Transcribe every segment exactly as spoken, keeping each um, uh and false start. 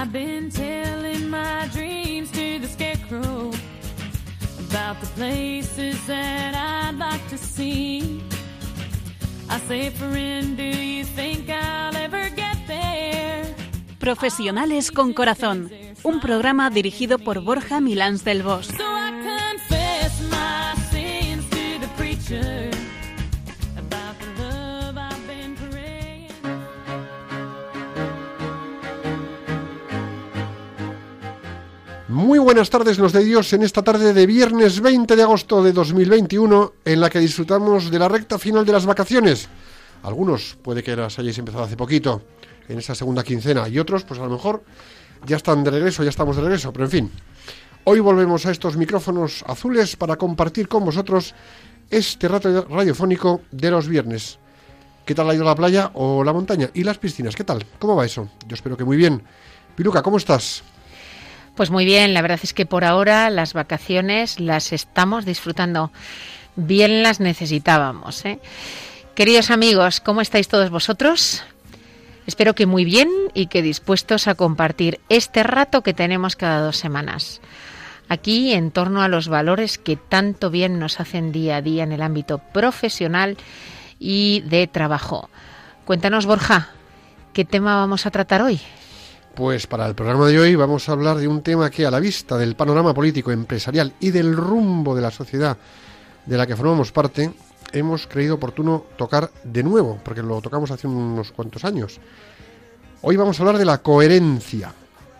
I've been telling my dreams to the scarecrow about the places that I'd like to see. I say, friend, do you think I'll ever get there? Profesionales con Corazón, un programa dirigido por Borja Milans del Bosch. So I confess my sins to the preacher about the love I've been praying. Muy buenas tardes, los de Dios, en esta tarde de viernes veinte de agosto de dos mil veintiuno, en la que disfrutamos de la recta final de las vacaciones. Algunos puede que las hayáis empezado hace poquito, en esa segunda quincena, y otros, pues a lo mejor ya están de regreso, ya estamos de regreso, pero en fin. Hoy volvemos a estos micrófonos azules para compartir con vosotros este rato radiofónico de los viernes. ¿Qué tal ha ido la playa o la montaña? ¿Y las piscinas? ¿Qué tal? ¿Cómo va eso? Yo espero que muy bien. Piluca, ¿cómo estás? Pues muy bien, la verdad es que por ahora las vacaciones las estamos disfrutando. Bien las necesitábamos, ¿eh? Queridos amigos, ¿cómo estáis todos vosotros? Espero que muy bien y que dispuestos a compartir este rato que tenemos cada dos semanas. Aquí en torno a los valores que tanto bien nos hacen día a día en el ámbito profesional y de trabajo. Cuéntanos, Borja, ¿qué tema vamos a tratar hoy? Pues para el programa de hoy vamos a hablar de un tema que, a la vista del panorama político, empresarial y del rumbo de la sociedad de la que formamos parte, hemos creído oportuno tocar de nuevo, porque lo tocamos hace unos cuantos años. Hoy vamos a hablar de la coherencia.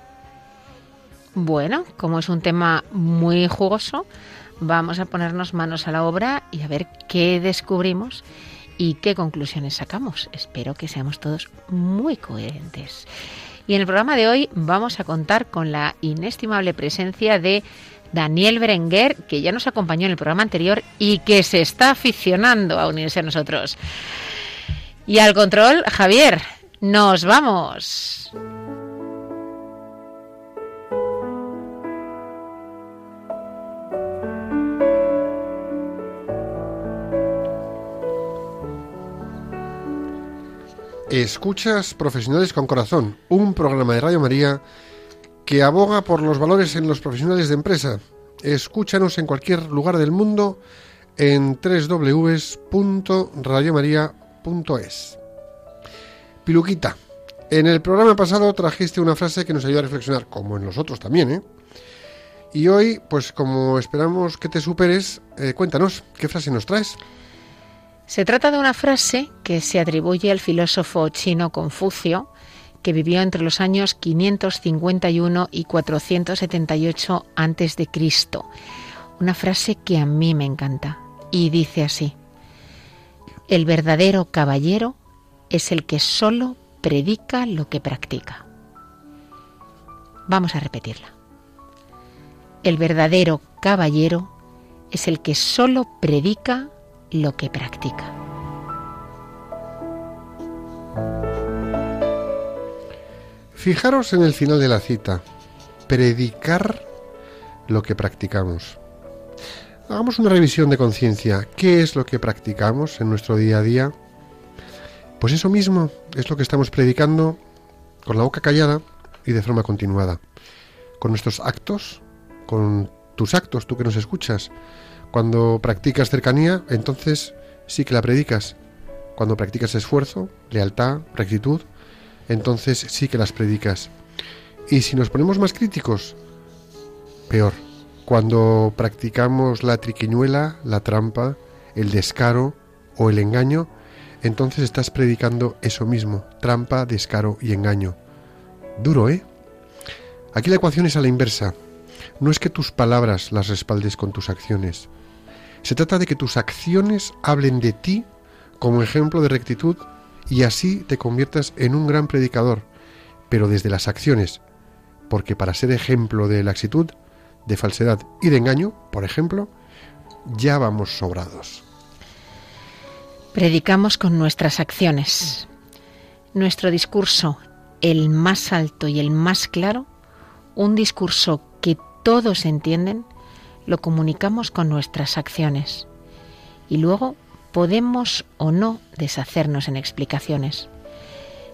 Bueno, como es un tema muy jugoso, vamos a ponernos manos a la obra y a ver qué descubrimos y qué conclusiones sacamos. Espero que seamos todos muy coherentes. Y en el programa de hoy vamos a contar con la inestimable presencia de Daniel Berenguer, que ya nos acompañó en el programa anterior y que se está aficionando a unirse a nosotros. Y al control, Javier, ¡nos vamos! Escuchas Profesionales con Corazón, un programa de Radio María que aboga por los valores en los profesionales de empresa. Escúchanos en cualquier lugar del mundo en doble u doble u doble u punto radio maría punto es. Piluquita, en el programa pasado trajiste una frase que nos ayudó a reflexionar, como en los otros también, ¿eh? Y hoy, pues como esperamos que te superes, eh, cuéntanos, ¿qué frase nos traes? Se trata de una frase que se atribuye al filósofo chino Confucio, que vivió entre los años quinientos cincuenta y uno y cuatrocientos setenta y ocho antes de Cristo. Una frase que a mí me encanta y dice así: el verdadero caballero es el que solo predica lo que practica. Vamos a repetirla. El verdadero caballero es el que solo predica lo que practica. Fijaros en el final de la cita: predicar lo que practicamos. Hagamos una revisión de conciencia. ¿Qué es lo que practicamos en nuestro día a día? Pues eso mismo es lo que estamos predicando con la boca callada y de forma continuada. Con nuestros actos, con tus actos, tú que nos escuchas. Cuando practicas cercanía, entonces sí que la predicas. Cuando practicas esfuerzo, lealtad, rectitud, entonces sí que las predicas. Y si nos ponemos más críticos, peor. Cuando practicamos la triquiñuela, la trampa, el descaro o el engaño, entonces estás predicando eso mismo: trampa, descaro y engaño. Duro, ¿eh? Aquí la ecuación es a la inversa. No es que tus palabras las respaldes con tus acciones. Se trata de que tus acciones hablen de ti como ejemplo de rectitud y así te conviertas en un gran predicador, pero desde las acciones, porque para ser ejemplo de laxitud, de falsedad y de engaño, por ejemplo, ya vamos sobrados. Predicamos con nuestras acciones. Nuestro discurso, el más alto y el más claro, un discurso que todos entienden, lo comunicamos con nuestras acciones. Y luego podemos o no deshacernos en explicaciones.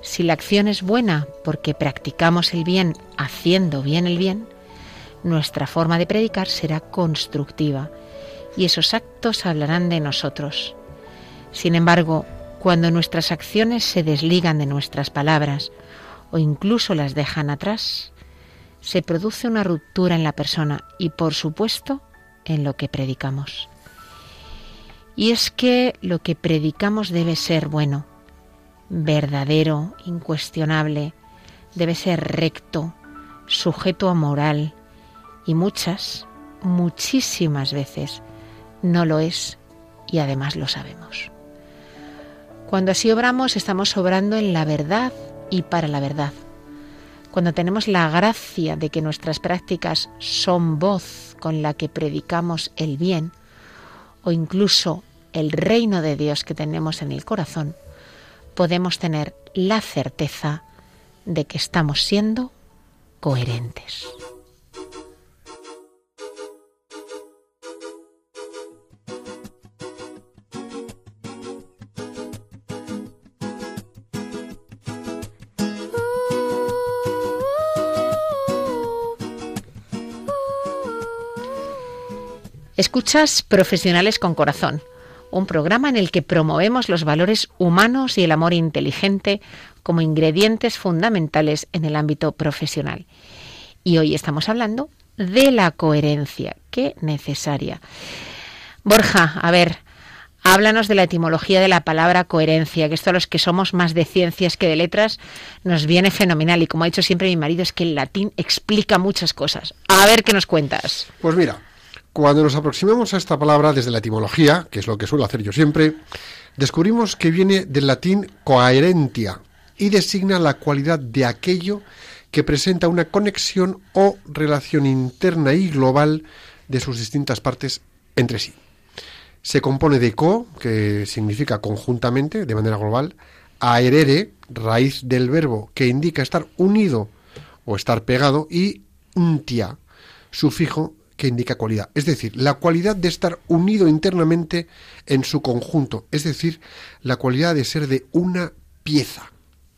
Si la acción es buena porque practicamos el bien haciendo bien el bien, nuestra forma de predicar será constructiva y esos actos hablarán de nosotros. Sin embargo, cuando nuestras acciones se desligan de nuestras palabras o incluso las dejan atrás, se produce una ruptura en la persona y, por supuesto, en lo que predicamos. Y es que lo que predicamos debe ser bueno, verdadero, incuestionable, debe ser recto, sujeto a moral, y muchas, muchísimas veces no lo es y además lo sabemos. Cuando así obramos, estamos obrando en la verdad y para la verdad. Cuando tenemos la gracia de que nuestras prácticas son voz con la que predicamos el bien o incluso el reino de Dios que tenemos en el corazón, podemos tener la certeza de que estamos siendo coherentes. Escuchas Profesionales con Corazón, un programa en el que promovemos los valores humanos y el amor inteligente como ingredientes fundamentales en el ámbito profesional. Y hoy estamos hablando de la coherencia, qué necesaria. Borja, a ver, háblanos de la etimología de la palabra coherencia, que esto a los que somos más de ciencias que de letras nos viene fenomenal. Y como ha dicho siempre mi marido, es que el latín explica muchas cosas. A ver qué nos cuentas. Pues mira, cuando nos aproximamos a esta palabra desde la etimología, que es lo que suelo hacer yo siempre, descubrimos que viene del latín coherentia y designa la cualidad de aquello que presenta una conexión o relación interna y global de sus distintas partes entre sí. Se compone de co, que significa conjuntamente, de manera global, aerere, raíz del verbo que indica estar unido o estar pegado, y ntia, sufijo que indica cualidad, es decir, la cualidad de estar unido internamente en su conjunto, es decir, la cualidad de ser de una pieza.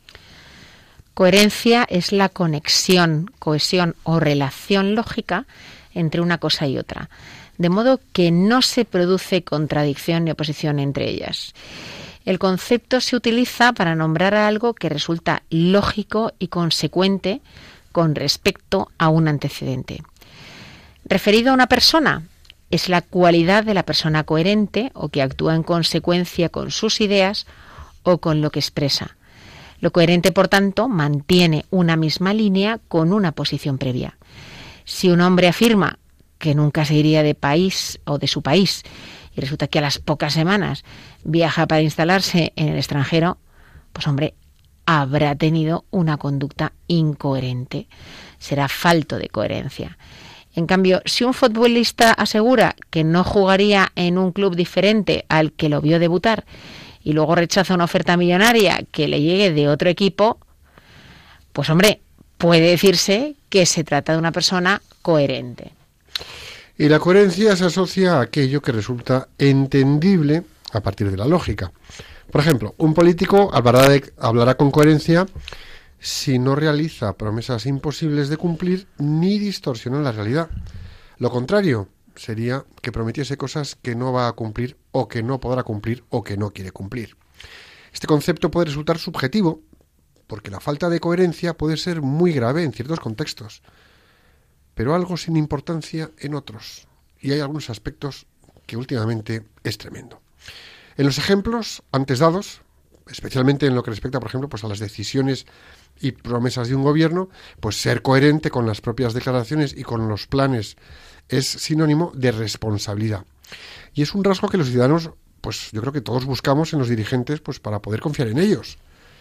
Coherencia es la conexión, cohesión o relación lógica entre una cosa y otra, de modo que no se produce contradicción ni oposición entre ellas. El concepto se utiliza para nombrar a algo que resulta lógico y consecuente con respecto a un antecedente. Referido a una persona, es la cualidad de la persona coherente o que actúa en consecuencia con sus ideas o con lo que expresa. Lo coherente, por tanto, mantiene una misma línea con una posición previa. Si un hombre afirma que nunca se iría de país o de su país y resulta que a las pocas semanas viaja para instalarse en el extranjero, pues hombre, habrá tenido una conducta incoherente. Será falto de coherencia. En cambio, si un futbolista asegura que no jugaría en un club diferente al que lo vio debutar y luego rechaza una oferta millonaria que le llegue de otro equipo, pues hombre, puede decirse que se trata de una persona coherente. Y la coherencia se asocia a aquello que resulta entendible a partir de la lógica. Por ejemplo, un político hablará, de, hablará con coherencia si no realiza promesas imposibles de cumplir ni distorsiona la realidad. Lo contrario sería que prometiese cosas que no va a cumplir o que no podrá cumplir o que no quiere cumplir. Este concepto puede resultar subjetivo porque la falta de coherencia puede ser muy grave en ciertos contextos, pero algo sin importancia en otros. Y hay algunos aspectos que últimamente es tremendo. En los ejemplos antes dados, especialmente en lo que respecta, por ejemplo, pues a las decisiones y promesas de un gobierno, pues ser coherente con las propias declaraciones y con los planes es sinónimo de responsabilidad. Y es un rasgo que los ciudadanos, pues yo creo que todos buscamos en los dirigentes, pues para poder confiar en ellos.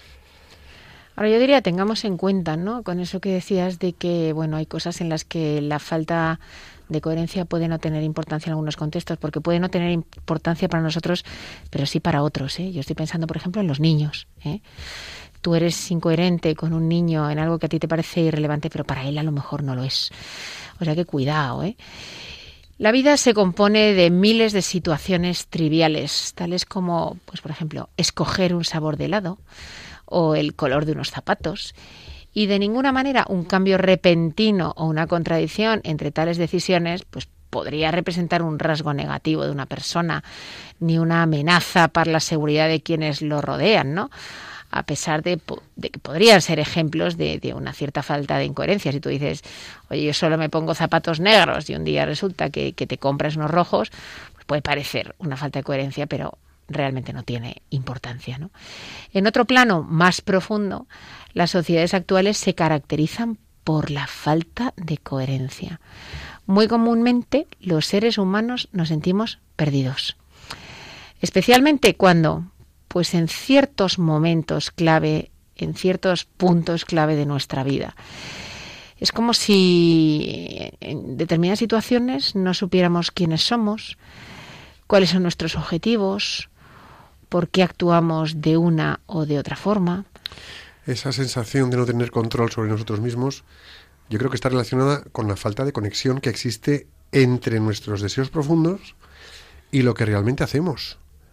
Ahora yo diría, tengamos en cuenta, ¿no?, con eso que decías de que, bueno, hay cosas en las que la falta de coherencia puede no tener importancia en algunos contextos, porque puede no tener importancia para nosotros, pero sí para otros, ¿eh? Yo estoy pensando, por ejemplo, en los niños, ¿eh? Tú eres incoherente con un niño en algo que a ti te parece irrelevante, pero para él a lo mejor no lo es. O sea que cuidado, ¿eh? La vida se compone de miles de situaciones triviales, tales como, pues por ejemplo, escoger un sabor de helado, o el color de unos zapatos. Y de ninguna manera un cambio repentino o una contradicción entre tales decisiones pues podría representar un rasgo negativo de una persona, ni una amenaza para la seguridad de quienes lo rodean, ¿no? A pesar de, de que podrían ser ejemplos de, de una cierta falta de incoherencia. Si tú dices, oye, yo solo me pongo zapatos negros y un día resulta que, que te compras unos rojos, pues puede parecer una falta de coherencia, pero realmente no tiene importancia, ¿no? En otro plano más profundo, las sociedades actuales se caracterizan por la falta de coherencia. Muy comúnmente los seres humanos nos sentimos perdidos, especialmente cuando, pues en ciertos momentos clave, en ciertos puntos clave de nuestra vida. Es como si en determinadas situaciones no supiéramos quiénes somos, cuáles son nuestros objetivos, por qué actuamos de una o de otra forma. Esa sensación de no tener control sobre nosotros mismos, yo creo que está relacionada con la falta de conexión que existe entre nuestros deseos profundos y lo que realmente hacemos.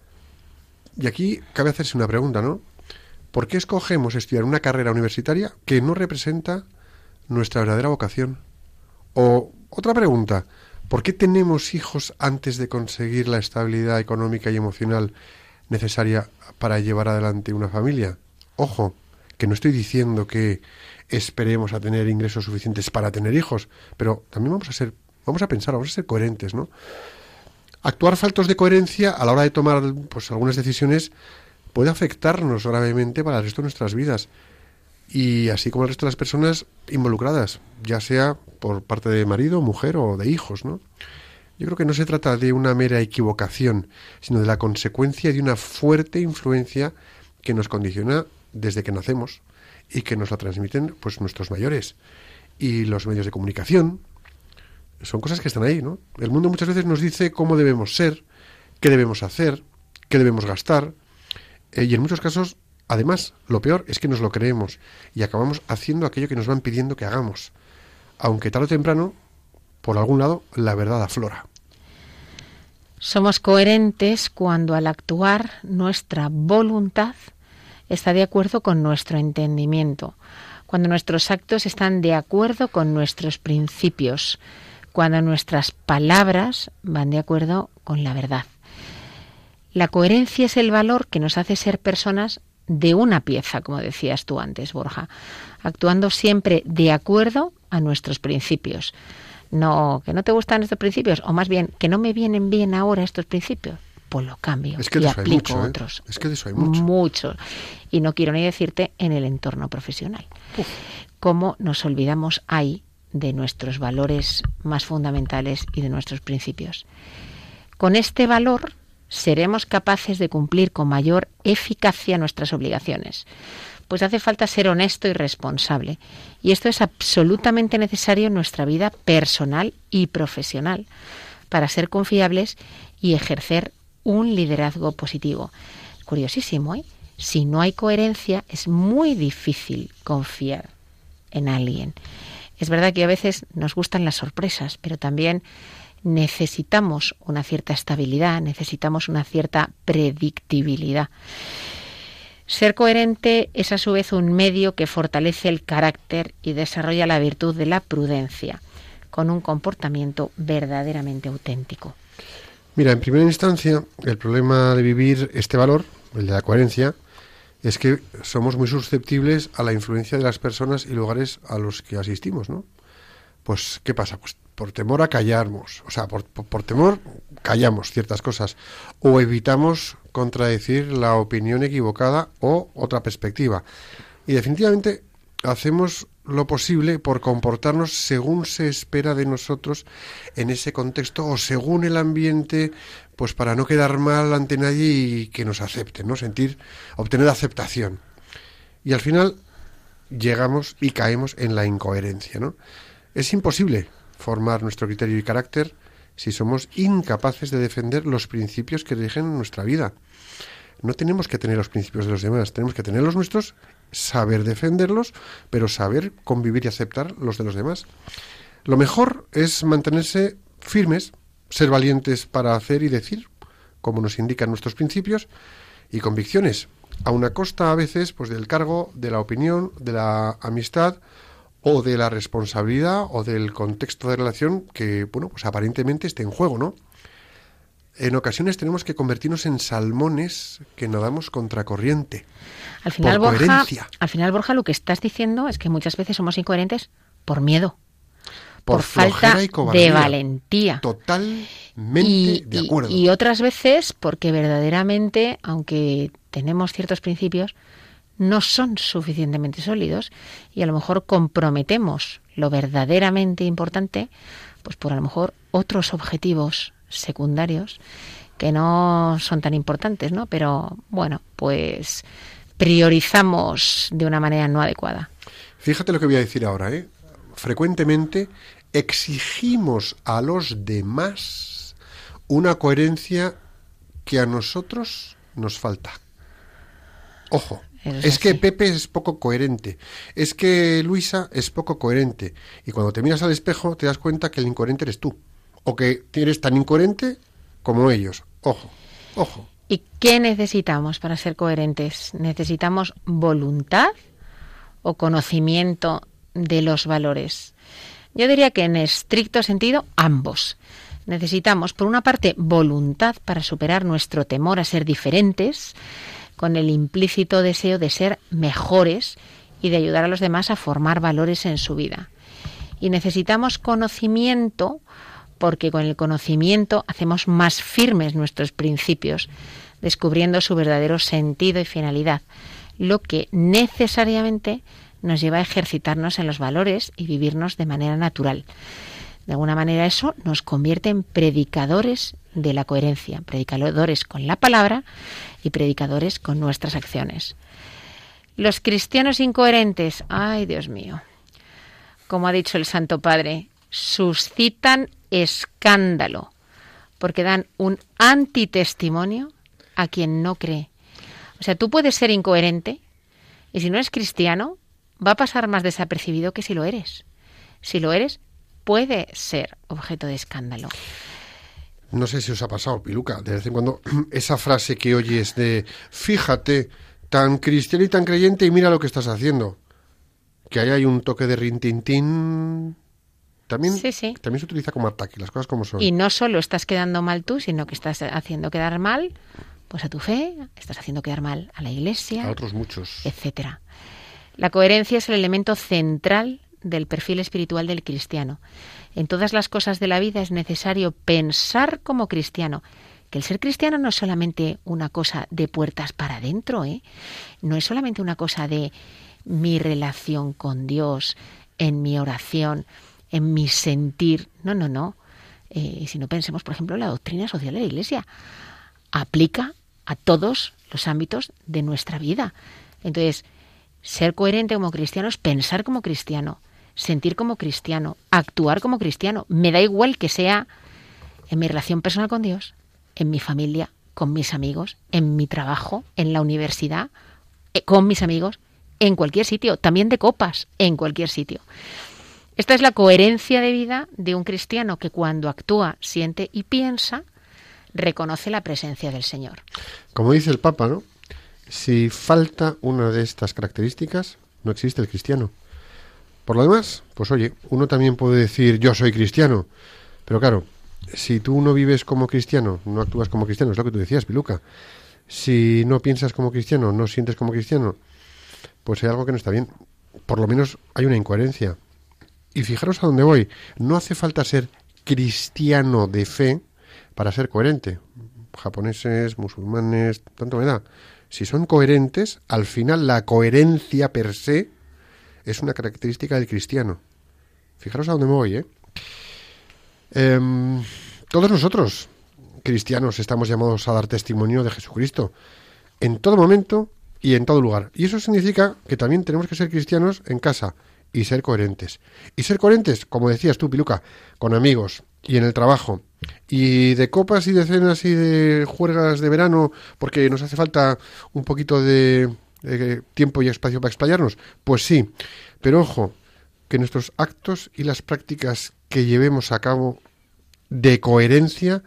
Y aquí cabe hacerse una pregunta, ¿no? ¿Por qué escogemos estudiar una carrera universitaria que no representa nuestra verdadera vocación? O otra pregunta, ¿por qué tenemos hijos antes de conseguir la estabilidad económica y emocional necesaria para llevar adelante una familia? Ojo, que no estoy diciendo que esperemos a tener ingresos suficientes para tener hijos, pero también vamos a ser, vamos a pensar, vamos a ser coherentes, ¿no? Actuar faltos de coherencia a la hora de tomar pues algunas decisiones puede afectarnos gravemente para el resto de nuestras vidas, y así como el resto de las personas involucradas, ya sea por parte de marido, mujer o de hijos, ¿no? Yo creo que no se trata de una mera equivocación, sino de la consecuencia de una fuerte influencia que nos condiciona desde que nacemos y que nos la transmiten pues nuestros mayores. Y los medios de comunicación son cosas que están ahí, ¿no? El mundo muchas veces nos dice cómo debemos ser, qué debemos hacer, qué debemos gastar, eh, y en muchos casos, además, lo peor es que nos lo creemos y acabamos haciendo aquello que nos van pidiendo que hagamos, aunque tarde o temprano, por algún lado, la verdad aflora. Somos coherentes cuando al actuar nuestra voluntad está de acuerdo con nuestro entendimiento, cuando nuestros actos están de acuerdo con nuestros principios, cuando nuestras palabras van de acuerdo con la verdad. La coherencia es el valor que nos hace ser personas de una pieza, como decías tú antes, Borja, actuando siempre de acuerdo a nuestros principios. No, que no te gustan estos principios, o más bien, que no me vienen bien ahora estos principios, pues lo cambio es que y aplico mucho, ¿eh? otros. Es que de eso hay mucho. Mucho. Y no quiero ni decirte en el entorno profesional. Uf. Cómo nos olvidamos ahí de nuestros valores más fundamentales y de nuestros principios. Con este valor seremos capaces de cumplir con mayor eficacia nuestras obligaciones. Pues hace falta ser honesto y responsable. Y esto es absolutamente necesario en nuestra vida personal y profesional para ser confiables y ejercer un liderazgo positivo. Curiosísimo, ¿eh? Si no hay coherencia, es muy difícil confiar en alguien. Es verdad que a veces nos gustan las sorpresas, pero también necesitamos una cierta estabilidad, necesitamos una cierta predictibilidad. Ser coherente es a su vez un medio que fortalece el carácter y desarrolla la virtud de la prudencia, con un comportamiento verdaderamente auténtico. Mira, en primera instancia, el problema de vivir este valor, el de la coherencia, es que somos muy susceptibles a la influencia de las personas y lugares a los que asistimos, ¿no? Pues, ¿qué pasa? Pues por temor a callarnos, o sea, por, por, por temor callamos ciertas cosas, o evitamos contradecir la opinión equivocada o otra perspectiva. Y definitivamente hacemos lo posible por comportarnos según se espera de nosotros en ese contexto o según el ambiente, pues para no quedar mal ante nadie y que nos acepten, ¿no? Sentir, obtener aceptación. Y al final llegamos y caemos en la incoherencia, ¿no? Es imposible formar nuestro criterio y carácter si somos incapaces de defender los principios que rigen nuestra vida. No tenemos que tener los principios de los demás, tenemos que tener los nuestros, saber defenderlos, pero saber convivir y aceptar los de los demás. Lo mejor es mantenerse firmes, ser valientes para hacer y decir, como nos indican nuestros principios y convicciones, aun a costa a veces pues del cargo, de la opinión, de la amistad o de la responsabilidad o del contexto de relación que, bueno, pues aparentemente esté en juego, ¿no? En ocasiones tenemos que convertirnos en salmones que nadamos contracorriente. Al final, por Borja, coherencia. al final, Borja, lo que estás diciendo es que muchas veces somos incoherentes por miedo, Por por, falta flojera y cobardía. de valentía. Totalmente Y, de y- acuerdo. y otras veces porque verdaderamente, aunque tenemos ciertos principios, no son suficientemente sólidos y a lo mejor comprometemos lo verdaderamente importante, pues por a lo mejor otros objetivos secundarios que no son tan importantes, ¿no? Pero bueno, pues priorizamos de una manera no adecuada. Fíjate lo que voy a decir ahora, ¿eh? Frecuentemente exigimos a los demás una coherencia que a nosotros nos falta. Ojo, Eso es es que así. Pepe es poco coherente, es que Luisa es poco coherente, y cuando te miras al espejo te das cuenta que el incoherente eres tú, o que eres tan incoherente como ellos. Ojo, ojo. ¿Y qué necesitamos para ser coherentes? ¿Necesitamos voluntad o conocimiento de los valores? Yo diría que en estricto sentido ambos. Necesitamos, por una parte, voluntad para superar nuestro temor a ser diferentes, con el implícito deseo de ser mejores y de ayudar a los demás a formar valores en su vida. Y necesitamos conocimiento porque con el conocimiento hacemos más firmes nuestros principios, descubriendo su verdadero sentido y finalidad, lo que necesariamente nos lleva a ejercitarnos en los valores y vivirnos de manera natural. De alguna manera eso nos convierte en predicadores de la coherencia, predicadores con la palabra y predicadores con nuestras acciones. Los cristianos incoherentes, ay Dios mío, como ha dicho el Santo Padre, suscitan escándalo porque dan un antitestimonio a quien no cree. O sea, tú puedes ser incoherente y si no eres cristiano va a pasar más desapercibido que si lo eres. Si lo eres, puede ser objeto de escándalo. No sé si os ha pasado, Piluca, de vez en cuando esa frase que oyes de fíjate, tan cristiano y tan creyente y mira lo que estás haciendo. Que ahí hay un toque de rintintín. También, Sí, sí. también se utiliza como ataque, las cosas como son. Y no solo estás quedando mal tú, sino que estás haciendo quedar mal pues a tu fe, estás haciendo quedar mal a la Iglesia, A otros muchos. etcétera. La coherencia es el elemento central del perfil espiritual del cristiano. En todas las cosas de la vida es necesario pensar como cristiano. Que el ser cristiano no es solamente una cosa de puertas para adentro, ¿eh? No es solamente una cosa de mi relación con Dios, en mi oración, en mi sentir. No, no, no. Eh, si no pensemos, por ejemplo, en la doctrina social de la Iglesia. Aplica a todos los ámbitos de nuestra vida. Entonces, ser coherente como cristiano es pensar como cristiano, sentir como cristiano, actuar como cristiano. Me da igual que sea en mi relación personal con Dios, en mi familia, con mis amigos, en mi trabajo, en la universidad, eh, con mis amigos, en cualquier sitio, también de copas, en cualquier sitio. Esta es la coherencia de vida de un cristiano que cuando actúa, siente y piensa, reconoce la presencia del Señor. Como dice el Papa, ¿no? Si falta una de estas características, no existe el cristiano. Por lo demás, pues oye, uno también puede decir yo soy cristiano, pero claro, si tú no vives como cristiano, no actúas como cristiano, es lo que tú decías, Piluca. Si no piensas como cristiano, no sientes como cristiano, pues hay algo que no está bien. Por lo menos hay una incoherencia. Y fijaros a dónde voy. No hace falta ser cristiano de fe para ser coherente. Japoneses, musulmanes, tanto me da. Si son coherentes, al final la coherencia per se es una característica del cristiano. Fijaros a dónde me voy, ¿eh? Eh, todos nosotros, cristianos, estamos llamados a dar testimonio de Jesucristo en todo momento y en todo lugar. Y eso significa que también tenemos que ser cristianos en casa y ser coherentes. Y ser coherentes, como decías tú, Piluca, con amigos y en el trabajo. Y de copas y de cenas y de juergas de verano, porque nos hace falta un poquito de eh, tiempo y espacio para explayarnos. Pues sí, pero ojo, que nuestros actos y las prácticas que llevemos a cabo de coherencia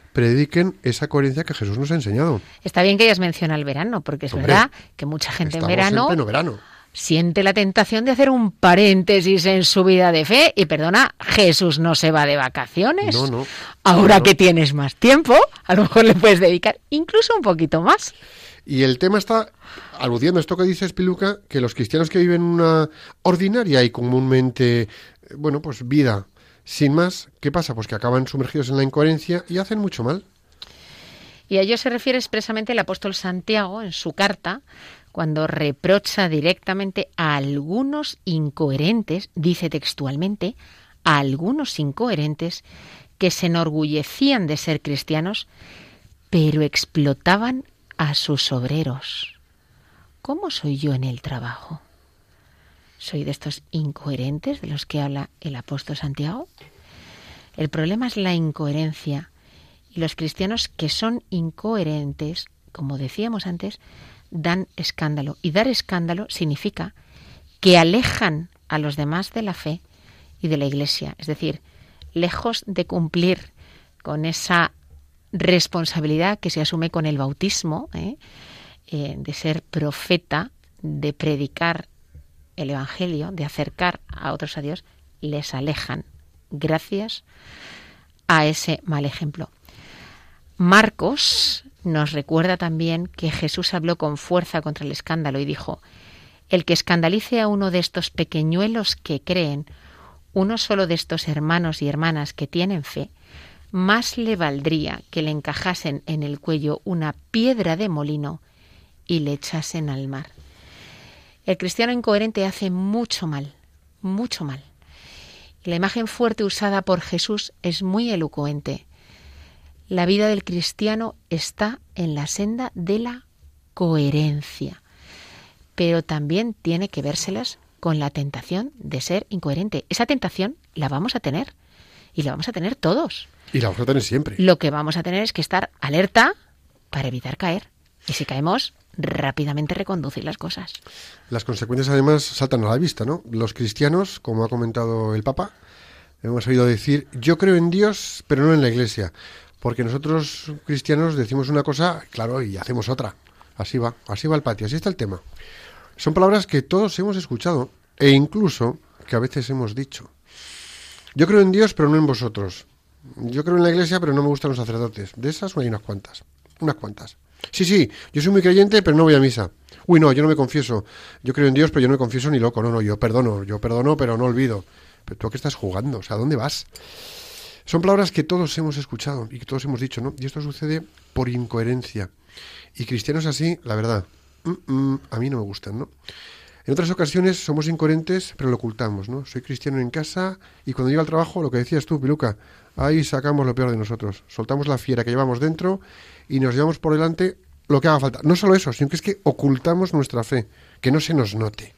prediquen esa coherencia que Jesús nos ha enseñado. Está bien que hayas mencionado el verano, porque es Hombre, verdad que mucha gente en verano, en pleno verano siente la tentación de hacer un paréntesis en su vida de fe. Y perdona, Jesús no se va de vacaciones. No, no. Ahora no, no. que tienes más tiempo, a lo mejor le puedes dedicar incluso un poquito más. Y el tema está aludiendo a esto que dices, Piluca, que los cristianos que viven una ordinaria y comúnmente, bueno, pues vida sin más, ¿qué pasa? Pues que acaban sumergidos en la incoherencia y hacen mucho mal. Y a ello se refiere expresamente el apóstol Santiago en su carta, cuando reprocha directamente a algunos incoherentes, dice textualmente, a algunos incoherentes que se enorgullecían de ser cristianos, pero explotaban a sus obreros. ¿Cómo soy yo en el trabajo? ¿Soy de estos incoherentes de los que habla el apóstol Santiago? El problema es la incoherencia, y los cristianos que son incoherentes, como decíamos antes, dan escándalo. Y dar escándalo significa que alejan a los demás de la fe y de la Iglesia. Es decir, lejos de cumplir con esa responsabilidad que se asume con el bautismo, ¿eh? Eh, de ser profeta, de predicar el Evangelio, de acercar a otros a Dios, les alejan gracias a ese mal ejemplo. Marcos nos recuerda también que Jesús habló con fuerza contra el escándalo y dijo: el que escandalice a uno de estos pequeñuelos que creen, uno solo de estos hermanos y hermanas que tienen fe, más le valdría que le encajasen en el cuello una piedra de molino y le echasen al mar. El cristiano incoherente hace mucho mal, mucho mal. Y la imagen fuerte usada por Jesús es muy elocuente. La vida del cristiano está en la senda de la coherencia, pero también tiene que vérselas con la tentación de ser incoherente. Esa tentación la vamos a tener, y la vamos a tener todos. Y la vamos a tener siempre. Lo que vamos a tener es que estar alerta para evitar caer. Y si caemos, rápidamente reconducir las cosas. Las consecuencias además saltan a la vista, ¿no? Los cristianos, como ha comentado el Papa, hemos oído decir: yo creo en Dios, pero no en la Iglesia. Porque nosotros cristianos decimos una cosa, claro, y hacemos otra. Así va, así va el patio, así está el tema. Son palabras que todos hemos escuchado e incluso que a veces hemos dicho. Yo creo en Dios, pero no en vosotros. Yo creo en la Iglesia, pero no me gustan los sacerdotes. De esas hay unas cuantas, unas cuantas. Sí, sí, yo soy muy creyente, pero no voy a misa. Uy, no, yo no me confieso. Yo creo en Dios, pero yo no me confieso ni loco. No, no, yo perdono, yo perdono, pero no olvido. Pero tú, ¿a qué estás jugando? O sea, ¿a dónde vas? Son palabras que todos hemos escuchado y que todos hemos dicho, ¿no? Y esto sucede por incoherencia. Y cristianos así, la verdad, mm, mm, a mí no me gustan, ¿no? En otras ocasiones somos incoherentes, pero lo ocultamos, ¿no? Soy cristiano en casa y cuando llego al trabajo, lo que decías tú, Piluca, ahí sacamos lo peor de nosotros. Soltamos la fiera que llevamos dentro y nos llevamos por delante lo que haga falta. No solo eso, sino que es que ocultamos nuestra fe, que no se nos note.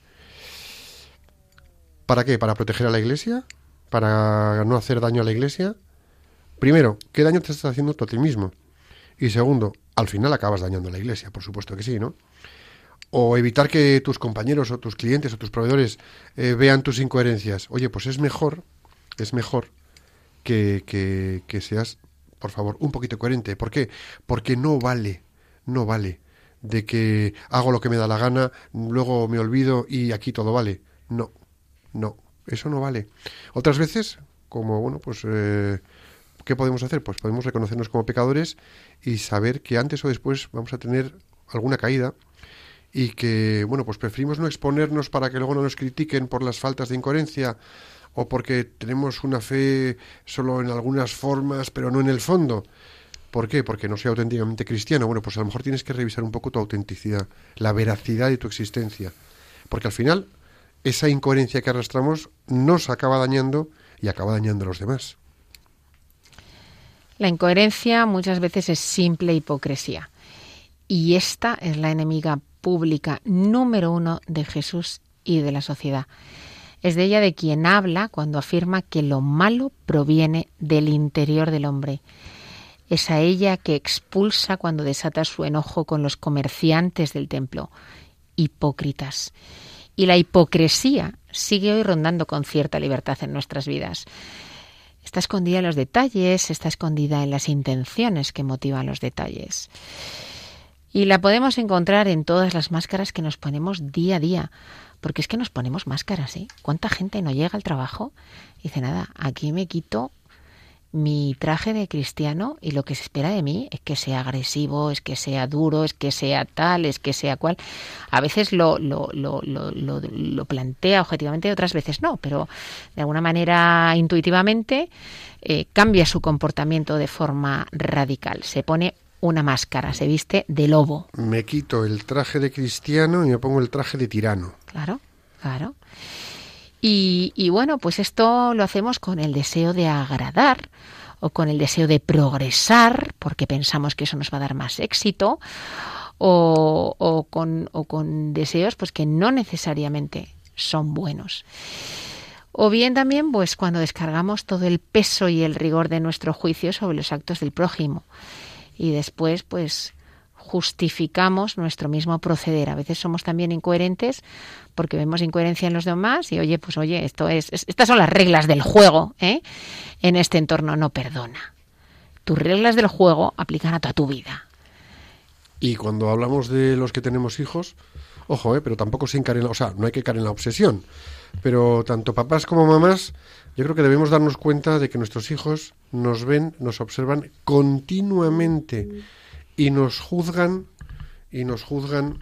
¿Para qué? ¿Para proteger a la Iglesia? ¿Para no hacer daño a la Iglesia? Primero, ¿qué daño te estás haciendo tú a ti mismo? Y segundo, al final acabas dañando a la Iglesia, por supuesto que sí, ¿no? O evitar que tus compañeros o tus clientes o tus proveedores eh, vean tus incoherencias. Oye, pues es mejor, es mejor que, que, que seas, por favor, un poquito coherente. ¿Por qué? Porque no vale, no vale de que hago lo que me da la gana, luego me olvido y aquí todo vale. No, no, eso no vale. Otras veces, como, bueno, pues, eh, ¿qué podemos hacer? Pues podemos reconocernos como pecadores y saber que antes o después vamos a tener alguna caída y que, bueno, pues preferimos no exponernos para que luego no nos critiquen por las faltas de incoherencia o porque tenemos una fe solo en algunas formas pero no en el fondo. ¿Por qué? Porque no soy auténticamente cristiano. Bueno, pues a lo mejor tienes que revisar un poco tu autenticidad, la veracidad de tu existencia, porque al final esa incoherencia que arrastramos nos acaba dañando y acaba dañando a los demás. La incoherencia muchas veces es simple hipocresía, y esta es la enemiga pública número uno de Jesús y de la sociedad. Es de ella de quien habla cuando afirma que lo malo proviene del interior del hombre. Es a ella que expulsa cuando desata su enojo con los comerciantes del templo, hipócritas. Y la hipocresía sigue hoy rondando con cierta libertad en nuestras vidas. Está escondida en los detalles, está escondida en las intenciones que motivan los detalles. Y la podemos encontrar en todas las máscaras que nos ponemos día a día, porque es que nos ponemos máscaras, ¿eh? ¿Cuánta gente no llega al trabajo y dice, nada, aquí me quito mi traje de cristiano y lo que se espera de mí es que sea agresivo, es que sea duro, es que sea tal, es que sea cual? A veces lo, lo, lo, lo, lo, lo plantea objetivamente, otras veces no, pero de alguna manera intuitivamente eh, cambia su comportamiento de forma radical. Se pone una máscara, se viste de lobo. Me quito el traje de cristiano y me pongo el traje de tirano. Claro, claro. Y, y bueno, pues esto lo hacemos con el deseo de agradar o con el deseo de progresar, porque pensamos que eso nos va a dar más éxito, o, o, con, o con deseos pues que no necesariamente son buenos. O bien también pues cuando descargamos todo el peso y el rigor de nuestro juicio sobre los actos del prójimo y después pues justificamos nuestro mismo proceder. A veces somos también incoherentes porque vemos incoherencia en los demás y oye, pues oye, esto es, es estas son las reglas del juego, ¿eh? En este entorno. No, perdona. Tus reglas del juego aplican a toda tu vida. Y cuando hablamos de los que tenemos hijos, ojo, ¿eh? Pero tampoco se caer en la, o sea, no hay que caer en la obsesión. Pero tanto papás como mamás, yo creo que debemos darnos cuenta de que nuestros hijos nos ven, nos observan continuamente y nos juzgan y nos juzgan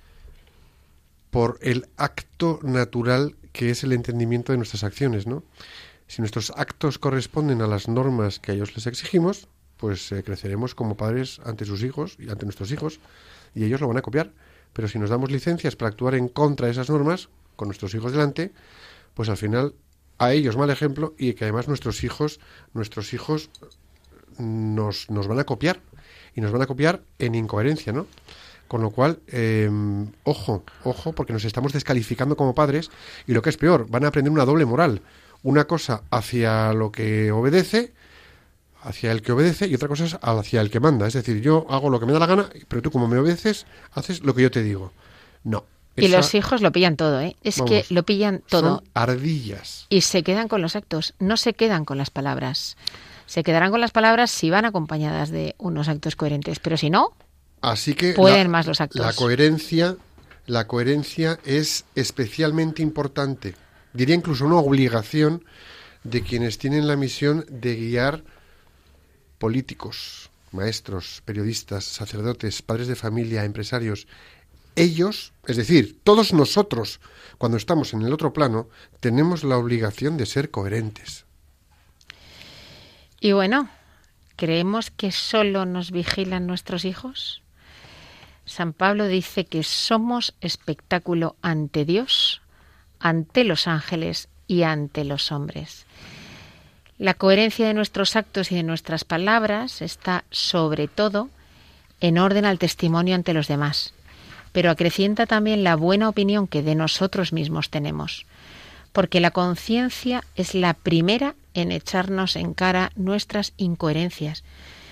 por el acto natural que es el entendimiento de nuestras acciones, ¿no? Si nuestros actos corresponden a las normas que a ellos les exigimos, pues eh, creceremos como padres ante sus hijos y ante nuestros hijos y ellos lo van a copiar. Pero si nos damos licencias para actuar en contra de esas normas, con nuestros hijos delante, pues al final a ellos mal ejemplo y que además nuestros hijos, nuestros hijos nos, nos van a copiar y nos van a copiar en incoherencia, ¿no? Con lo cual, eh, ojo, ojo, porque nos estamos descalificando como padres y lo que es peor, van a aprender una doble moral. Una cosa hacia lo que obedece, hacia el que obedece, y otra cosa es hacia el que manda. Es decir, yo hago lo que me da la gana, pero tú como me obedeces, haces lo que yo te digo. No. Y esa, los hijos lo pillan todo, ¿eh? Es vamos, que lo pillan todo. Son ardillas. Y se quedan con los actos, no se quedan con las palabras. Se quedarán con las palabras si van acompañadas de unos actos coherentes, pero si no, así que pueden la, más los actos. La coherencia, la coherencia es especialmente importante. Diría incluso una obligación de quienes tienen la misión de guiar políticos, maestros, periodistas, sacerdotes, padres de familia, empresarios. Ellos, es decir, todos nosotros, cuando estamos en el otro plano, tenemos la obligación de ser coherentes. Y bueno, ¿creemos que solo nos vigilan nuestros hijos? San Pablo dice que somos espectáculo ante Dios, ante los ángeles y ante los hombres. La coherencia de nuestros actos y de nuestras palabras está sobre todo en orden al testimonio ante los demás, pero acrecienta también la buena opinión que de nosotros mismos tenemos, porque la conciencia es la primera en echarnos en cara nuestras incoherencias.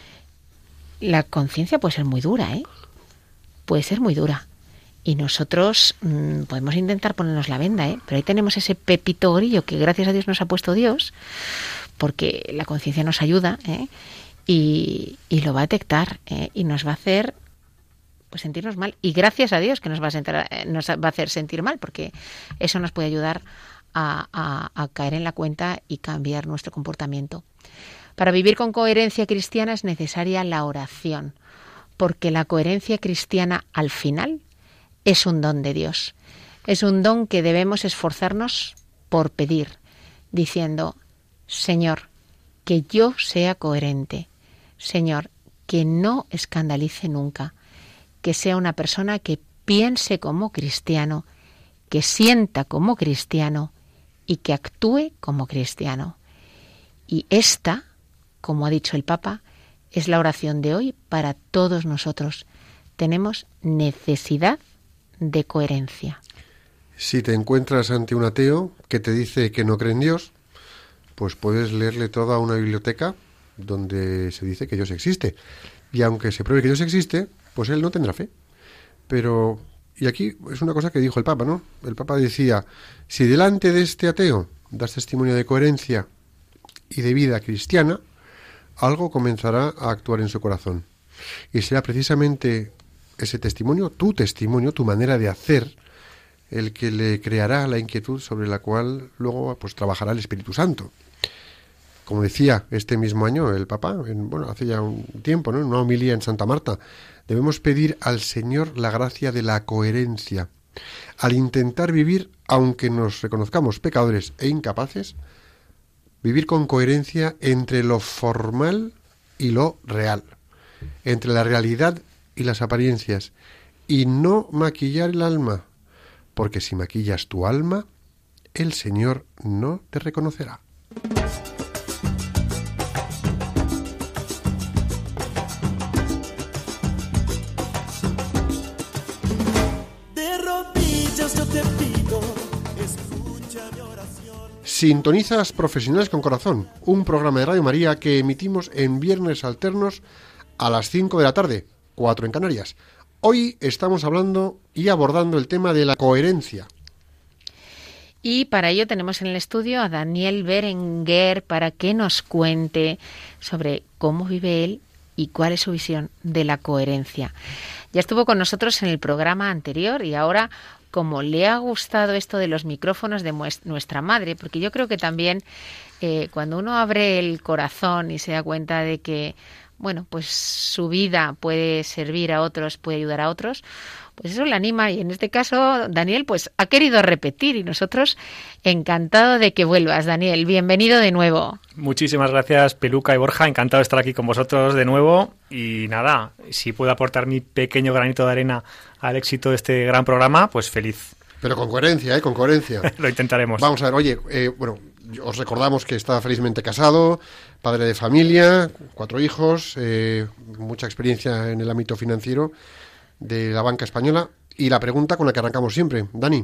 La conciencia puede ser muy dura, ¿eh? Puede ser muy dura. Y nosotros mmm, podemos intentar ponernos la venda, ¿eh? Pero ahí tenemos ese pepito grillo que gracias a Dios nos ha puesto Dios, porque la conciencia nos ayuda, ¿eh? y, y lo va a detectar, ¿eh? Y nos va a hacer pues sentirnos mal. Y gracias a Dios que nos va a, sentir, nos va a hacer sentir mal, porque eso nos puede ayudar a, a, a caer en la cuenta y cambiar nuestro comportamiento. Para vivir con coherencia cristiana es necesaria la oración, porque la coherencia cristiana al final es un don de Dios. Es un don que debemos esforzarnos por pedir, diciendo: Señor, que yo sea coherente. Señor, que no escandalice nunca. Que sea una persona que piense como cristiano, que sienta como cristiano y que actúe como cristiano. Y esta, como ha dicho el Papa, es la oración de hoy para todos nosotros. Tenemos necesidad de coherencia. Si te encuentras ante un ateo que te dice que no cree en Dios, pues puedes leerle toda una biblioteca donde se dice que Dios existe. Y aunque se pruebe que Dios existe, pues él no tendrá fe. Pero, y aquí es una cosa que dijo el Papa, ¿no? El Papa decía, si delante de este ateo das testimonio de coherencia y de vida cristiana, algo comenzará a actuar en su corazón. Y será precisamente ese testimonio, tu testimonio, tu manera de hacer, el que le creará la inquietud sobre la cual luego pues trabajará el Espíritu Santo. Como decía este mismo año el Papa, en, bueno, hace ya un tiempo, ¿no?, en una homilía en Santa Marta, debemos pedir al Señor la gracia de la coherencia. Al intentar vivir, aunque nos reconozcamos pecadores e incapaces, vivir con coherencia entre lo formal y lo real, entre la realidad y las apariencias, y no maquillar el alma, porque si maquillas tu alma, el Señor no te reconocerá. De rodillas yo te pido, escucha mi oración. Sintonizas Profesionales con Corazón, un programa de Radio María que emitimos en viernes alternos a las cinco de la tarde, cuatro en Canarias. Hoy estamos hablando y abordando el tema de la coherencia. Y para ello tenemos en el estudio a Daniel Berenguer para que nos cuente sobre cómo vive él y cuál es su visión de la coherencia. Ya estuvo con nosotros en el programa anterior y ahora, como le ha gustado esto de los micrófonos de nuestra madre, porque yo creo que también eh, cuando uno abre el corazón y se da cuenta de que bueno, pues su vida puede servir a otros, puede ayudar a otros, pues eso le anima. Y en este caso, Daniel, pues ha querido repetir y nosotros encantado de que vuelvas, Daniel. Bienvenido de nuevo. Muchísimas gracias, Peluca y Borja. Encantado de estar aquí con vosotros de nuevo. Y nada, si puedo aportar mi pequeño granito de arena al éxito de este gran programa, pues feliz. Pero con coherencia, ¿eh? Con coherencia. Lo intentaremos. Vamos a ver, oye, eh, bueno, os recordamos que está felizmente casado, padre de familia, cuatro hijos, eh, mucha experiencia en el ámbito financiero de la banca española. Y la pregunta con la que arrancamos siempre, Dani,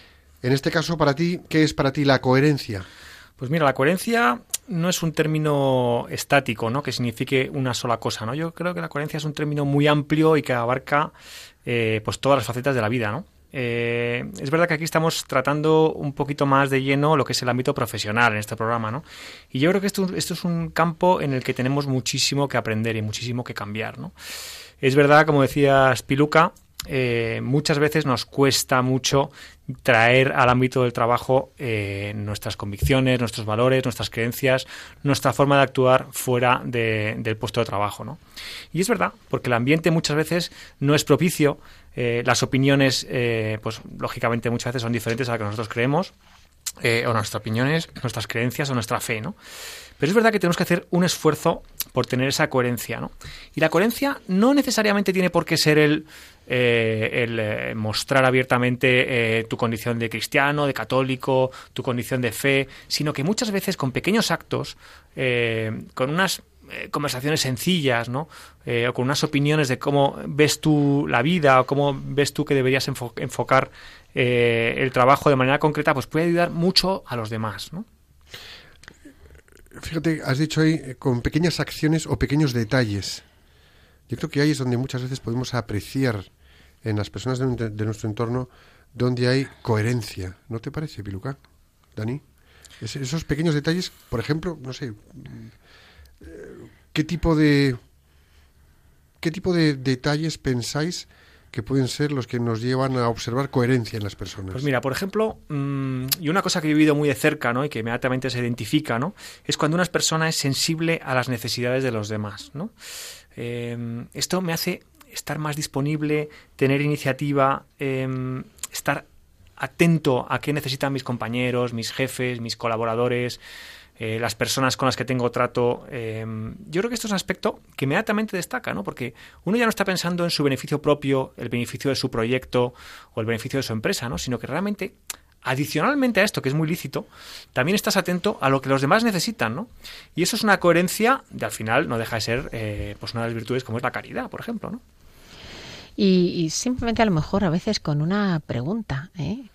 en este caso para ti, ¿qué es para ti la coherencia? Pues mira, la coherencia no es un término estático, ¿no?, que signifique una sola cosa, ¿no? Yo creo que la coherencia es un término muy amplio y que abarca eh, pues todas las facetas de la vida, ¿no? Eh, es verdad que aquí estamos tratando un poquito más de lleno lo que es el ámbito profesional en este programa, ¿no? Y yo creo que esto, esto es un campo en el que tenemos muchísimo que aprender y muchísimo que cambiar, ¿no? Es verdad, como decía Spiluca, eh, muchas veces nos cuesta mucho traer al ámbito del trabajo eh, nuestras convicciones, nuestros valores, nuestras creencias, nuestra forma de actuar fuera de, del puesto de trabajo, ¿no? Y es verdad, porque el ambiente muchas veces no es propicio, eh, las opiniones, eh, pues lógicamente muchas veces son diferentes a las que nosotros creemos, eh, o nuestras opiniones, nuestras creencias o nuestra fe, ¿no? Pero es verdad que tenemos que hacer un esfuerzo por tener esa coherencia, ¿no? Y la coherencia no necesariamente tiene por qué ser el, eh, el eh, mostrar abiertamente eh, tu condición de cristiano, de católico, tu condición de fe, sino que muchas veces con pequeños actos, eh, con unas eh, conversaciones sencillas, ¿no? Eh, o con unas opiniones de cómo ves tú la vida o cómo ves tú que deberías enfo- enfocar eh, el trabajo de manera concreta, pues puede ayudar mucho a los demás, ¿no? Fíjate, has dicho ahí eh, con pequeñas acciones o pequeños detalles. Yo creo que ahí es donde muchas veces podemos apreciar en las personas de, de nuestro entorno donde hay coherencia. ¿No te parece, Piluca? Dani? Es, esos pequeños detalles, por ejemplo, no sé, ¿qué tipo de qué tipo de detalles pensáis que pueden ser los que nos llevan a observar coherencia en las personas? Pues mira, por ejemplo, mmm, y una cosa que he vivido muy de cerca, ¿no?, y que inmediatamente se identifica, ¿no?, es cuando una persona es sensible a las necesidades de los demás, ¿no? Eh, esto me hace estar más disponible, tener iniciativa, eh, estar atento a qué necesitan mis compañeros, mis jefes, mis colaboradores, Eh, las personas con las que tengo trato. Eh, yo creo que esto es un aspecto que inmediatamente destaca, ¿no? Porque uno ya no está pensando en su beneficio propio, el beneficio de su proyecto o el beneficio de su empresa, ¿no? Sino que realmente, adicionalmente a esto, que es muy lícito, también estás atento a lo que los demás necesitan, ¿no? Y eso es una coherencia de, al final, no deja de ser eh, pues una de las virtudes como es la caridad, por ejemplo, ¿no? Y, y simplemente a lo mejor a veces con una pregunta, ¿eh?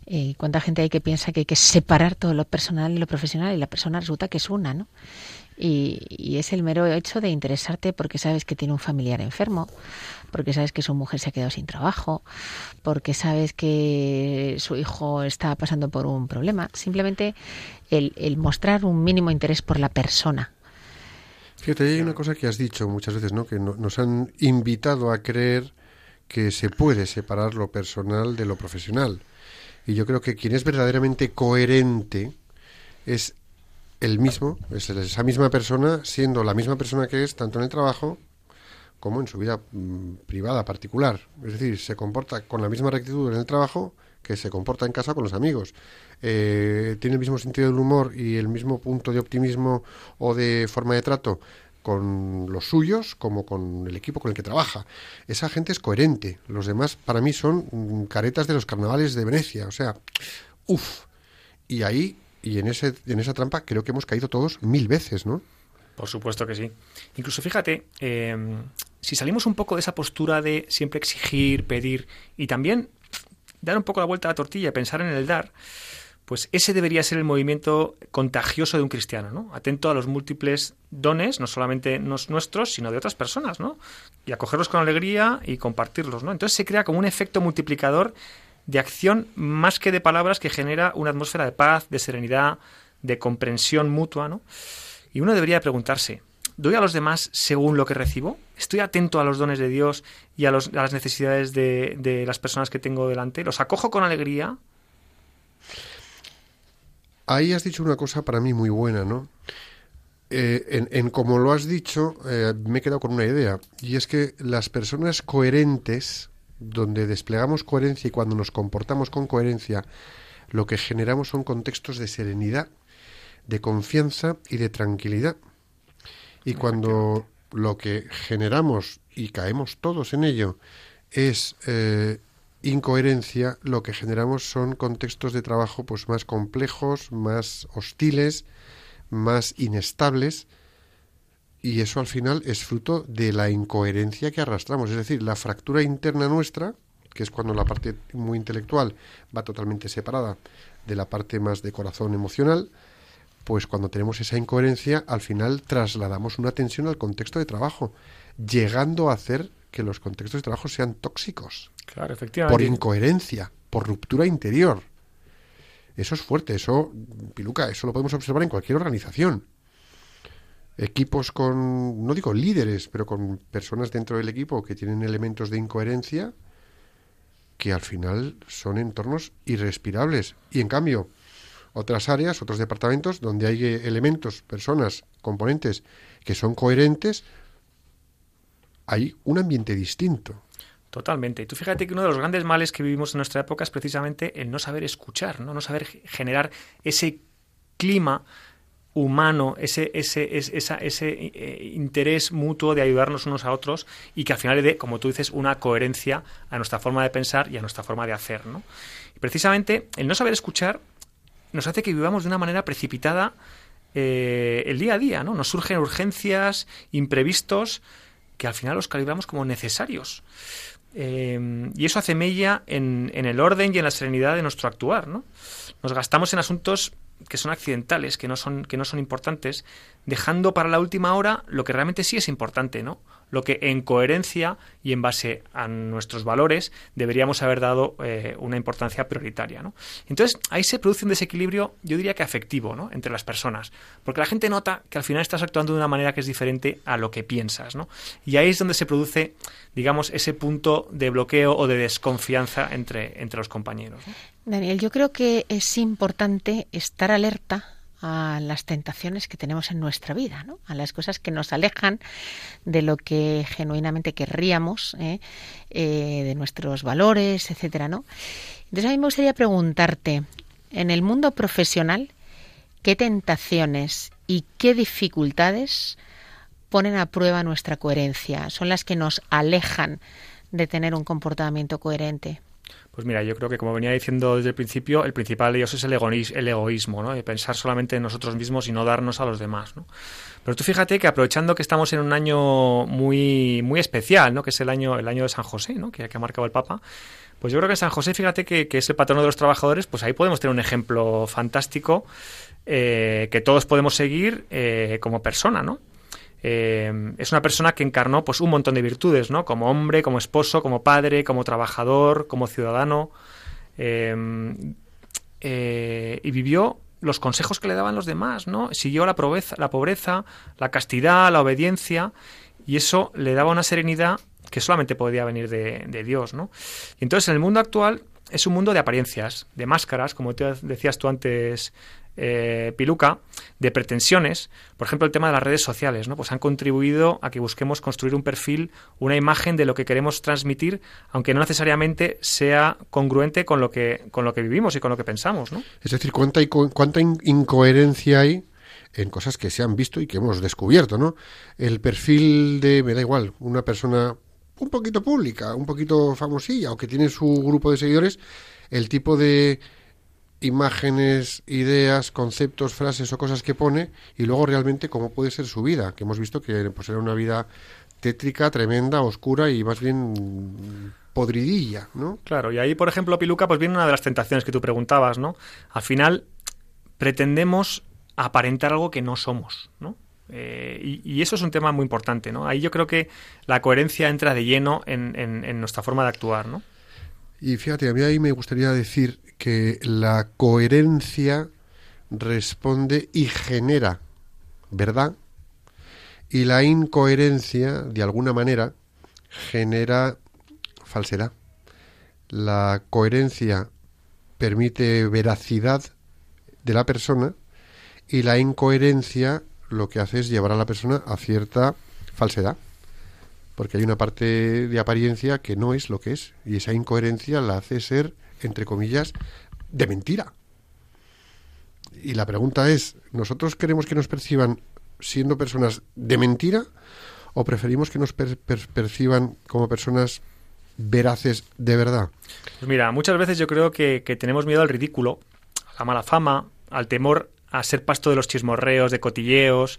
Eh, ¿Cuánta gente hay que piensa que hay que separar todo lo personal y lo profesional y la persona resulta que es una, ¿no? Y, y es el mero hecho de interesarte porque sabes que tiene un familiar enfermo, porque sabes que su mujer se ha quedado sin trabajo, porque sabes que su hijo está pasando por un problema. Simplemente el, el mostrar un mínimo interés por la persona. Fíjate, hay una cosa que has dicho muchas veces, ¿no? Que no, nos han invitado a creer que se puede separar lo personal de lo profesional. Y yo creo que quien es verdaderamente coherente es el mismo, es esa misma persona, siendo la misma persona que es tanto en el trabajo como en su vida mmm, privada, particular. Es decir, se comporta con la misma rectitud en el trabajo que se comporta en casa con los amigos. Eh, tiene el mismo sentido del humor y el mismo punto de optimismo o de forma de trato con los suyos como con el equipo con el que trabaja. Esa gente es coherente. Los demás para mí son mm, caretas de los carnavales de Venecia. O sea, uff. Y ahí, y en ese en esa trampa creo que hemos caído todos mil veces, ¿no? Por supuesto que sí. Incluso fíjate, eh, si salimos un poco de esa postura de siempre exigir, pedir y también dar un poco la vuelta a la tortilla y pensar en el dar, pues ese debería ser el movimiento contagioso de un cristiano, ¿no? Atento a los múltiples dones, no solamente nuestros, sino de otras personas, ¿no? Y acogerlos con alegría y compartirlos, ¿no? Entonces se crea como un efecto multiplicador de acción más que de palabras que genera una atmósfera de paz, de serenidad, de comprensión mutua, ¿no? Y uno debería preguntarse, ¿doy a los demás según lo que recibo? ¿Estoy atento a los dones de Dios y a, los, a las necesidades de, de las personas que tengo delante? ¿Los acojo con alegría? Ahí has dicho una cosa para mí muy buena, ¿no? Eh, en, en como lo has dicho, eh, me he quedado con una idea, y es que las personas coherentes, donde desplegamos coherencia y cuando nos comportamos con coherencia, lo que generamos son contextos de serenidad, de confianza y de tranquilidad. Y cuando lo que generamos, y caemos todos en ello, es eh, incoherencia, lo que generamos son contextos de trabajo pues más complejos, más hostiles, más inestables, y eso al final es fruto de la incoherencia que arrastramos, es decir, la fractura interna nuestra, que es cuando la parte muy intelectual va totalmente separada de la parte más de corazón emocional. Pues cuando tenemos esa incoherencia, al final trasladamos una tensión al contexto de trabajo, llegando a hacer que los contextos de trabajo sean tóxicos. Claro, efectivamente. Por incoherencia, por ruptura interior. Eso es fuerte, eso, Piluca, eso lo podemos observar en cualquier organización. Equipos con, no digo líderes, pero con personas dentro del equipo que tienen elementos de incoherencia que al final son entornos irrespirables. Y en cambio, otras áreas, otros departamentos donde hay elementos, personas, componentes que son coherentes, hay un ambiente distinto. Totalmente. Y tú fíjate que uno de los grandes males que vivimos en nuestra época es precisamente el no saber escuchar, no, no saber generar ese clima humano, ese ese ese, esa, ese eh, interés mutuo de ayudarnos unos a otros y que al final le dé, como tú dices, una coherencia a nuestra forma de pensar y a nuestra forma de hacer, ¿no? Y precisamente el no saber escuchar nos hace que vivamos de una manera precipitada eh, el día a día, ¿no? Nos surgen urgencias, imprevistos, que al final los calibramos como necesarios. Eh, y eso hace mella en, en el orden y en la serenidad de nuestro actuar, ¿no? Nos gastamos en asuntos que son accidentales, que no son, que no son importantes, dejando para la última hora lo que realmente sí es importante, ¿no? Lo que en coherencia y en base a nuestros valores deberíamos haber dado eh, una importancia prioritaria, ¿no? Entonces, ahí se produce un desequilibrio, yo diría que afectivo, ¿no? Entre las personas, porque la gente nota que al final estás actuando de una manera que es diferente a lo que piensas, ¿no? Y ahí es donde se produce, digamos, ese punto de bloqueo o de desconfianza entre, entre los compañeros, ¿no? Daniel, yo creo que es importante estar alerta a las tentaciones que tenemos en nuestra vida, ¿no? A las cosas que nos alejan de lo que genuinamente querríamos, ¿eh? Eh, de nuestros valores, etcétera, ¿no? Entonces a mí me gustaría preguntarte, en el mundo profesional, ¿qué tentaciones y qué dificultades ponen a prueba nuestra coherencia? ¿Son las que nos alejan de tener un comportamiento coherente? Pues mira, yo creo que como venía diciendo desde el principio, el principal de ellos es el, egoís, el egoísmo, ¿no? De pensar solamente en nosotros mismos y no darnos a los demás, ¿no? Pero tú fíjate que aprovechando que estamos en un año muy muy especial, ¿no? Que es el año el año de San José, ¿no? Que, que ha marcado el Papa. Pues yo creo que San José, fíjate que, que es el patrono de los trabajadores, pues ahí podemos tener un ejemplo fantástico eh, que todos podemos seguir eh, como persona, ¿no? Eh, es una persona que encarnó pues un montón de virtudes, ¿no? Como hombre, como esposo, como padre, como trabajador, como ciudadano, eh, eh, y vivió los consejos que le daban los demás, ¿no? Siguió la pobreza, la pobreza, la castidad, la obediencia, y eso le daba una serenidad que solamente podía venir de, de Dios, ¿no? Y entonces en el mundo actual es un mundo de apariencias, de máscaras, como te decías tú antes, eh, Piluca, de pretensiones. Por ejemplo, el tema de las redes sociales, ¿no? Pues han contribuido a que busquemos construir un perfil, una imagen de lo que queremos transmitir, aunque no necesariamente sea congruente con lo que con lo que vivimos y con lo que pensamos, ¿no? Es decir, cuánta, cuánta incoherencia hay en cosas que se han visto y que hemos descubierto, ¿no? El perfil de, me da igual, una persona un poquito pública, un poquito famosilla, o que tiene su grupo de seguidores, el tipo de imágenes, ideas, conceptos, frases o cosas que pone, y luego realmente cómo puede ser su vida, que hemos visto que pues era una vida tétrica, tremenda, oscura y más bien podridilla, ¿no? Claro, y ahí, por ejemplo, Piluca, pues viene una de las tentaciones que tú preguntabas, ¿no? Al final pretendemos aparentar algo que no somos, ¿no? Eh, y, y eso es un tema muy importante, ¿no? Ahí yo creo que la coherencia entra de lleno en, en, en nuestra forma de actuar, ¿no? Y fíjate, a mí ahí me gustaría decir que la coherencia responde y genera verdad, y la incoherencia, de alguna manera, genera falsedad. La coherencia permite veracidad de la persona, y la incoherencia lo que hace es llevar a la persona a cierta falsedad, porque hay una parte de apariencia que no es lo que es, y esa incoherencia la hace ser, entre comillas, de mentira. Y la pregunta es, ¿nosotros queremos que nos perciban siendo personas de mentira, o preferimos que nos per- per- perciban como personas veraces de verdad? Pues mira, muchas veces yo creo que, que tenemos miedo al ridículo, a la mala fama, al temor a ser pasto de los chismorreos, de cotilleos,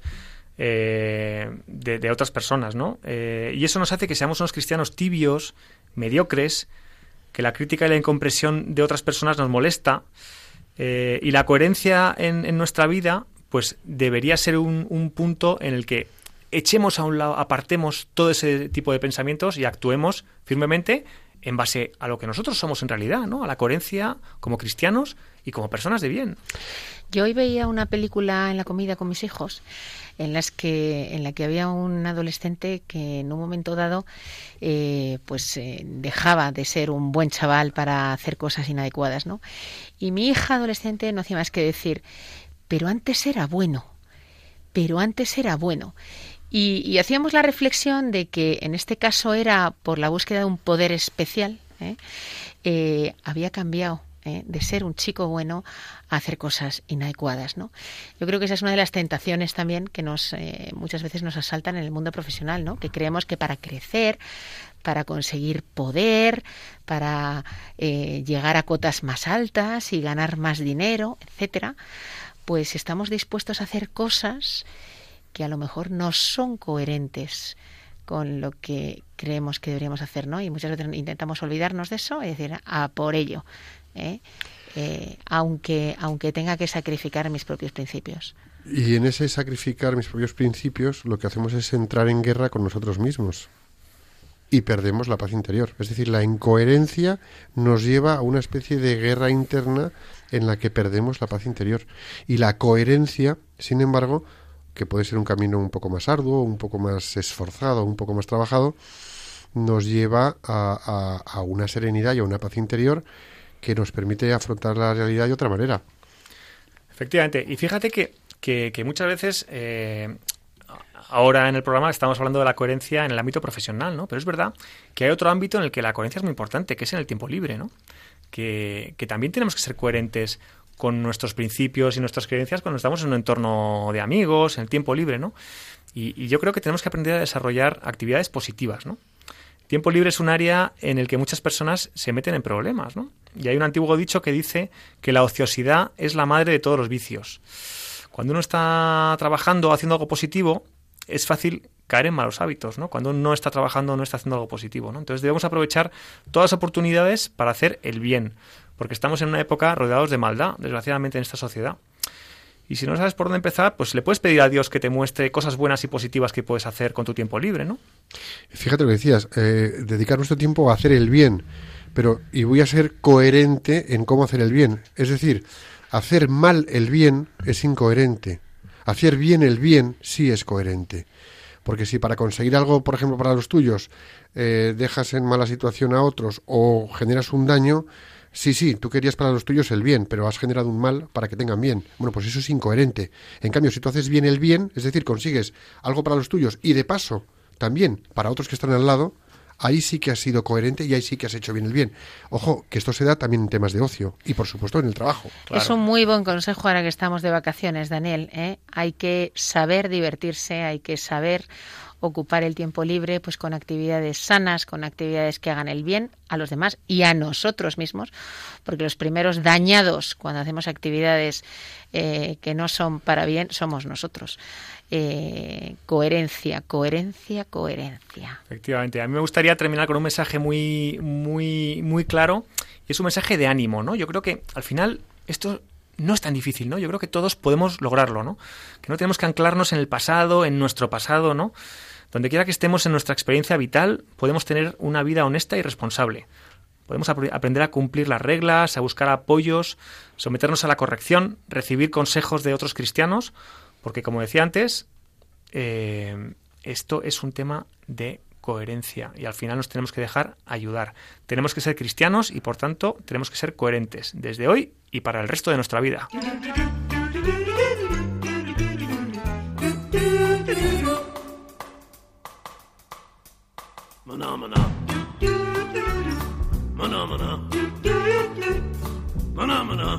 eh, de, de otras personas, ¿no? Eh, y eso nos hace que seamos unos cristianos tibios, mediocres, que la crítica y la incompresión de otras personas nos molesta, eh, y la coherencia en, en nuestra vida pues debería ser un, un punto en el que echemos a un lado, apartemos todo ese tipo de pensamientos y actuemos firmemente en base a lo que nosotros somos en realidad, ¿no? A la coherencia como cristianos y como personas de bien. Yo hoy veía una película en la comida con mis hijos en las que en la que había un adolescente que en un momento dado eh, pues eh, dejaba de ser un buen chaval para hacer cosas inadecuadas, ¿no? Y mi hija adolescente no hacía más que decir, pero antes era bueno, pero antes era bueno. Y, y hacíamos la reflexión de que en este caso era por la búsqueda de un poder especial, ¿eh? Eh, había cambiado ¿eh? de ser un chico bueno a hacer cosas inadecuadas, ¿no? Yo creo que esa es una de las tentaciones también que nos eh, muchas veces nos asaltan en el mundo profesional, ¿no? Que creemos que para crecer, para conseguir poder, para eh, llegar a cotas más altas y ganar más dinero, etcétera, pues estamos dispuestos a hacer cosas que a lo mejor no son coherentes con lo que creemos que deberíamos hacer, ¿no? Y muchas veces intentamos olvidarnos de eso y decir, a por ello, ¿eh? Eh, aunque, aunque tenga que sacrificar mis propios principios. Y en ese sacrificar mis propios principios, lo que hacemos es entrar en guerra con nosotros mismos. Y perdemos la paz interior. Es decir, la incoherencia nos lleva a una especie de guerra interna en la que perdemos la paz interior. Y la coherencia, sin embargo, que puede ser un camino un poco más arduo, un poco más esforzado, un poco más trabajado, nos lleva a, a, a una serenidad y a una paz interior que nos permite afrontar la realidad de otra manera. Efectivamente. Y fíjate que, que, que muchas veces, eh, ahora en el programa estamos hablando de la coherencia en el ámbito profesional, ¿no? Pero es verdad que hay otro ámbito en el que la coherencia es muy importante, que es en el tiempo libre, ¿no? Que, que también tenemos que ser coherentes con nuestros principios y nuestras creencias cuando estamos en un entorno de amigos, en el tiempo libre, ¿no? Y, y yo creo que tenemos que aprender a desarrollar actividades positivas, ¿no? Tiempo libre es un área en el que muchas personas se meten en problemas, ¿no? Y hay un antiguo dicho que dice que la ociosidad es la madre de todos los vicios. Cuando uno está trabajando o haciendo algo positivo, es fácil caer en malos hábitos, ¿no? Cuando uno no está trabajando, no está haciendo algo positivo, ¿no? Entonces debemos aprovechar todas las oportunidades para hacer el bien, porque estamos en una época rodeados de maldad, desgraciadamente, en esta sociedad. Y si no sabes por dónde empezar, pues le puedes pedir a Dios que te muestre cosas buenas y positivas que puedes hacer con tu tiempo libre, ¿no? Fíjate lo que decías, eh, dedicar nuestro tiempo a hacer el bien, pero y voy a ser coherente en cómo hacer el bien. Es decir, hacer mal el bien es incoherente. Hacer bien el bien sí es coherente. Porque si para conseguir algo, por ejemplo, para los tuyos, eh, dejas en mala situación a otros o generas un daño, sí, sí, tú querías para los tuyos el bien, pero has generado un mal para que tengan bien. Bueno, pues eso es incoherente. En cambio, si tú haces bien el bien, es decir, consigues algo para los tuyos y de paso también para otros que están al lado, ahí sí que has sido coherente y ahí sí que has hecho bien el bien. Ojo, que esto se da también en temas de ocio y, por supuesto, en el trabajo. Claro. Es un muy buen consejo ahora que estamos de vacaciones, Daniel, ¿eh? Hay que saber divertirse, hay que saber ocupar el tiempo libre pues con actividades sanas, con actividades que hagan el bien a los demás y a nosotros mismos, porque los primeros dañados cuando hacemos actividades eh, que no son para bien somos nosotros. Eh, coherencia, coherencia, coherencia. Efectivamente. A mí me gustaría terminar con un mensaje muy, muy, muy claro, y es un mensaje de ánimo, ¿no? Yo creo que al final esto no es tan difícil, ¿no? Yo creo que todos podemos lograrlo, ¿no? Que no tenemos que anclarnos en el pasado, en nuestro pasado, ¿no? Donde quiera que estemos en nuestra experiencia vital, podemos tener una vida honesta y responsable. Podemos ap- aprender a cumplir las reglas, a buscar apoyos, someternos a la corrección, recibir consejos de otros cristianos, porque, como decía antes, eh, esto es un tema de coherencia y al final nos tenemos que dejar ayudar. Tenemos que ser cristianos y, por tanto, tenemos que ser coherentes desde hoy y para el resto de nuestra vida. Maná, maná. Maná, maná. Maná, maná.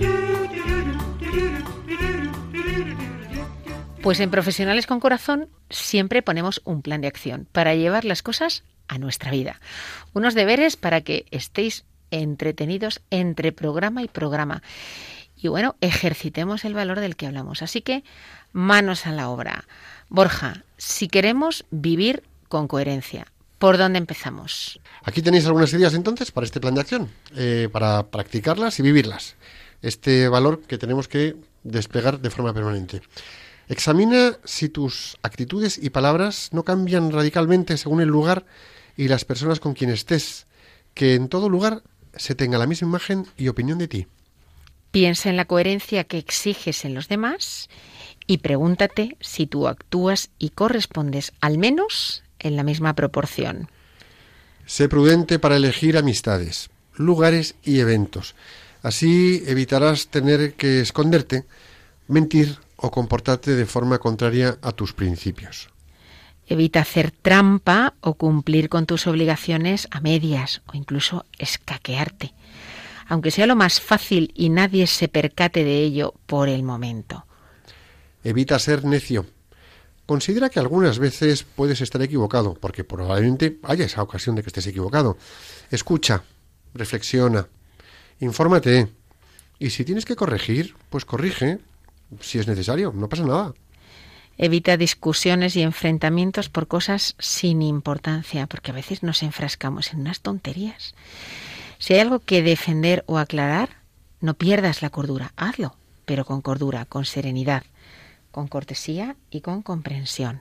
Pues en Profesionales con Corazón siempre ponemos un plan de acción para llevar las cosas a nuestra vida. Unos deberes para que estéis entretenidos entre programa y programa. Y bueno, ejercitemos el valor del que hablamos. Así que manos a la obra. Borja, si queremos vivir con coherencia, ¿por dónde empezamos? Aquí tenéis algunas ideas entonces para este plan de acción, eh, para practicarlas y vivirlas. Este valor que tenemos que desplegar de forma permanente. Examina si tus actitudes y palabras no cambian radicalmente según el lugar y las personas con quien estés, que en todo lugar se tenga la misma imagen y opinión de ti. Piensa en la coherencia que exiges en los demás y pregúntate si tú actúas y correspondes al menos en la misma proporción. Sé prudente para elegir amistades, lugares y eventos. Así evitarás tener que esconderte, mentir o comportarte de forma contraria a tus principios. Evita hacer trampa o cumplir con tus obligaciones a medias o incluso escaquearte, aunque sea lo más fácil y nadie se percate de ello por el momento. Evita ser necio. Considera que algunas veces puedes estar equivocado, porque probablemente haya esa ocasión de que estés equivocado. Escucha, reflexiona, infórmate, y si tienes que corregir, pues corrige. Si es necesario, no pasa nada. Evita discusiones y enfrentamientos por cosas sin importancia, porque a veces nos enfrascamos en unas tonterías. Si hay algo que defender o aclarar, no pierdas la cordura, hazlo, pero con cordura, con serenidad, con cortesía y con comprensión.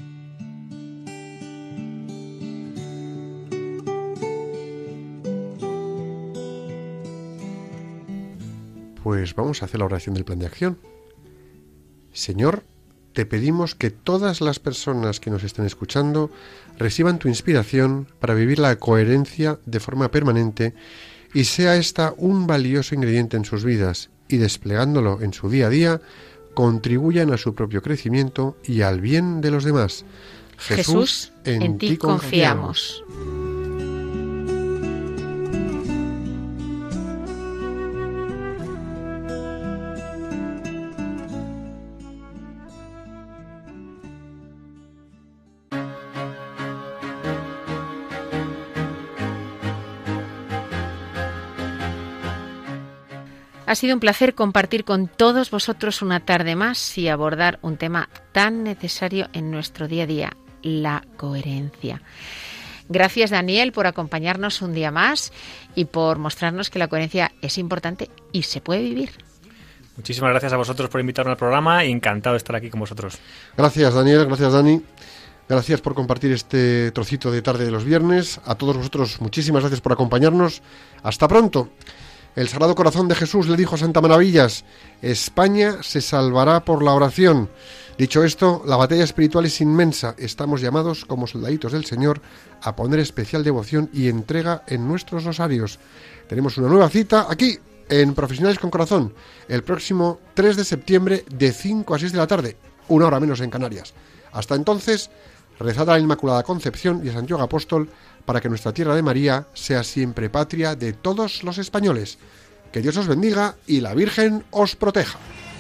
Pues vamos a hacer la oración del plan de acción. Señor, te pedimos que todas las personas que nos estén escuchando reciban tu inspiración para vivir la coherencia de forma permanente y sea esta un valioso ingrediente en sus vidas y desplegándolo en su día a día contribuyan a su propio crecimiento y al bien de los demás. Jesús, en, en ti confiamos. Ha sido un placer compartir con todos vosotros una tarde más y abordar un tema tan necesario en nuestro día a día, la coherencia. Gracias, Daniel, por acompañarnos un día más y por mostrarnos que la coherencia es importante y se puede vivir. Muchísimas gracias a vosotros por invitarme al programa. Encantado de estar aquí con vosotros. Gracias, Daniel. Gracias, Dani. Gracias por compartir este trocito de tarde de los viernes. A todos vosotros, muchísimas gracias por acompañarnos. Hasta pronto. El Sagrado Corazón de Jesús le dijo a Santa Maravillas: España se salvará por la oración. Dicho esto, la batalla espiritual es inmensa. Estamos llamados, como soldaditos del Señor, a poner especial devoción y entrega en nuestros rosarios. Tenemos una nueva cita aquí, en Profesionales con Corazón, el próximo tres de septiembre de cinco a seis de la tarde, una hora menos en Canarias. Hasta entonces, rezad a la Inmaculada Concepción y a Santiago Apóstol para que nuestra tierra de María sea siempre patria de todos los españoles. Que Dios os bendiga y la Virgen os proteja.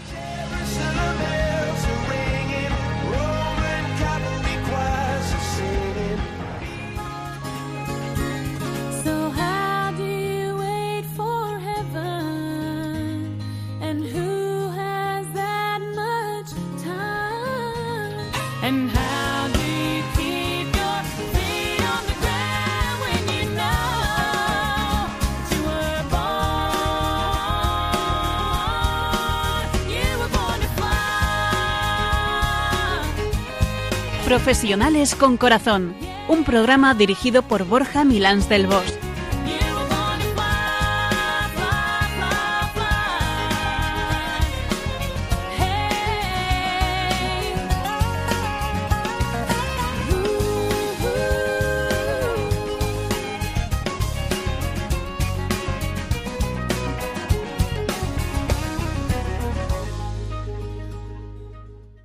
And how do you keep your feet on the ground when you know you were born, you were born to fly? Profesionales con Corazón, un programa dirigido por Borja Milans del Bosch.